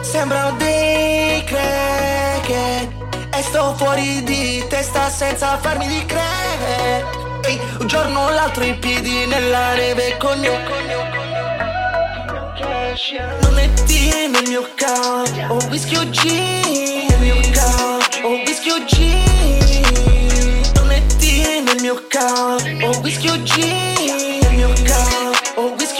Sembrano dei cracker e sto fuori di testa senza farmi di credere. Ehi, un giorno o l'altro i piedi nella neve con mio non è T nel mio cup, ho whisky OG nel mio cup, ho whisky OG. Non è T nel mio cup, ho whisky OG nel mio cup, ho whisky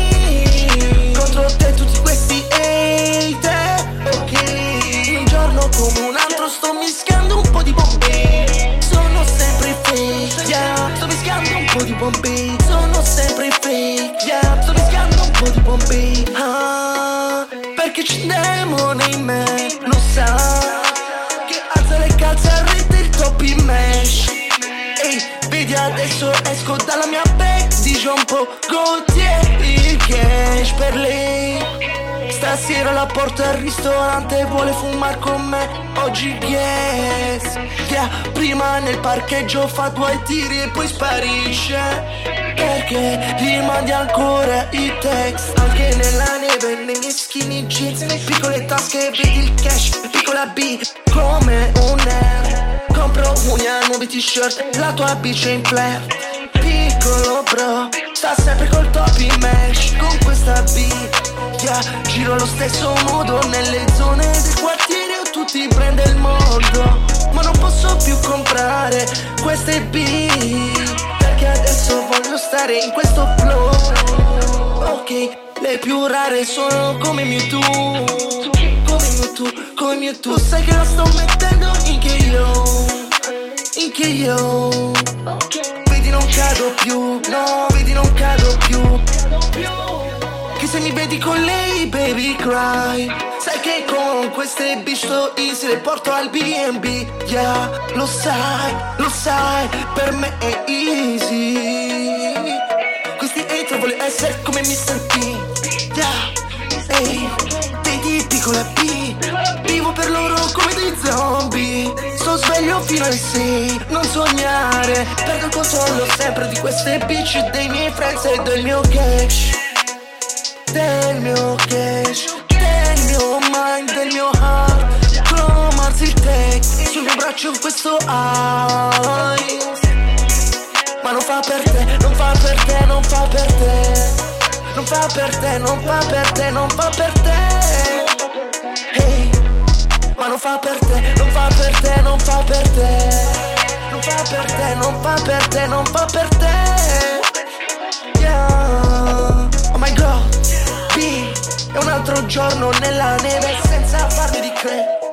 OG. Contro te tutti questi hater, ok. Un giorno come un altro sto mischiando un po' di Bombay. Sono sempre fake, yeah. Sto mischiando un po' di Bombay. Sono sempre fake, yeah. Sto mischiando un po' di Bombay. Ah, perché c'è un demone in me, lo sa, che alza le calze a rete il top in mesh. Ehi, vedi adesso esco dalla mia bag di Jean Paul Gaultier, il cash per lei. Stasera la porto al ristorante, vuole fumare con me, oggi yes. Yeah, prima nel parcheggio fa 2 tiri e poi sparisce. Perché gli mandi ancora i text, anche nella neve, nei miei skinny jeans, piccole tasche, vedi il cash, piccola B, come un nerd. Compro una nuovi t-shirt, la tua bici è in flare. Piccolo bro, sta sempre col top in mesh, con questa B, yeah. Giro allo stesso modo nelle zone del quartiere o tutti prende il mondo. Ma non posso più comprare queste B, perché adesso voglio stare in questo flow. Ok, le più rare sono come Mewtwo, come Mewtwo, come Mewtwo. Tu sai che la sto mettendo in che io vedi non cado più, no, vedi non cado più. Che se mi vedi con lei, baby cry. Sai che con queste bitch sto easy, le porto al B&B, yeah. Lo sai, per me è easy. Questi hater voglio essere come Mr. P, yeah. Ehi, vedi piccola B, vivo per loro come dei zombie. Sto sveglio fino alle 6, non sognare. Perdo il controllo sempre di queste bitch, dei miei friends e del mio cash. Del mio cash, del mio mind, del mio heart. Cromarsi il tech, sul mio braccio questo ice. Ma non fa per te, non fa per te, non fa per te. Non fa per te, non fa per te, non fa per te. Hey, ma non fa per te, non fa per te, non fa per te. Non fa per te, non fa per te, non fa per te. Yeah, oh my god. È un altro giorno nella neve senza farmi di credere.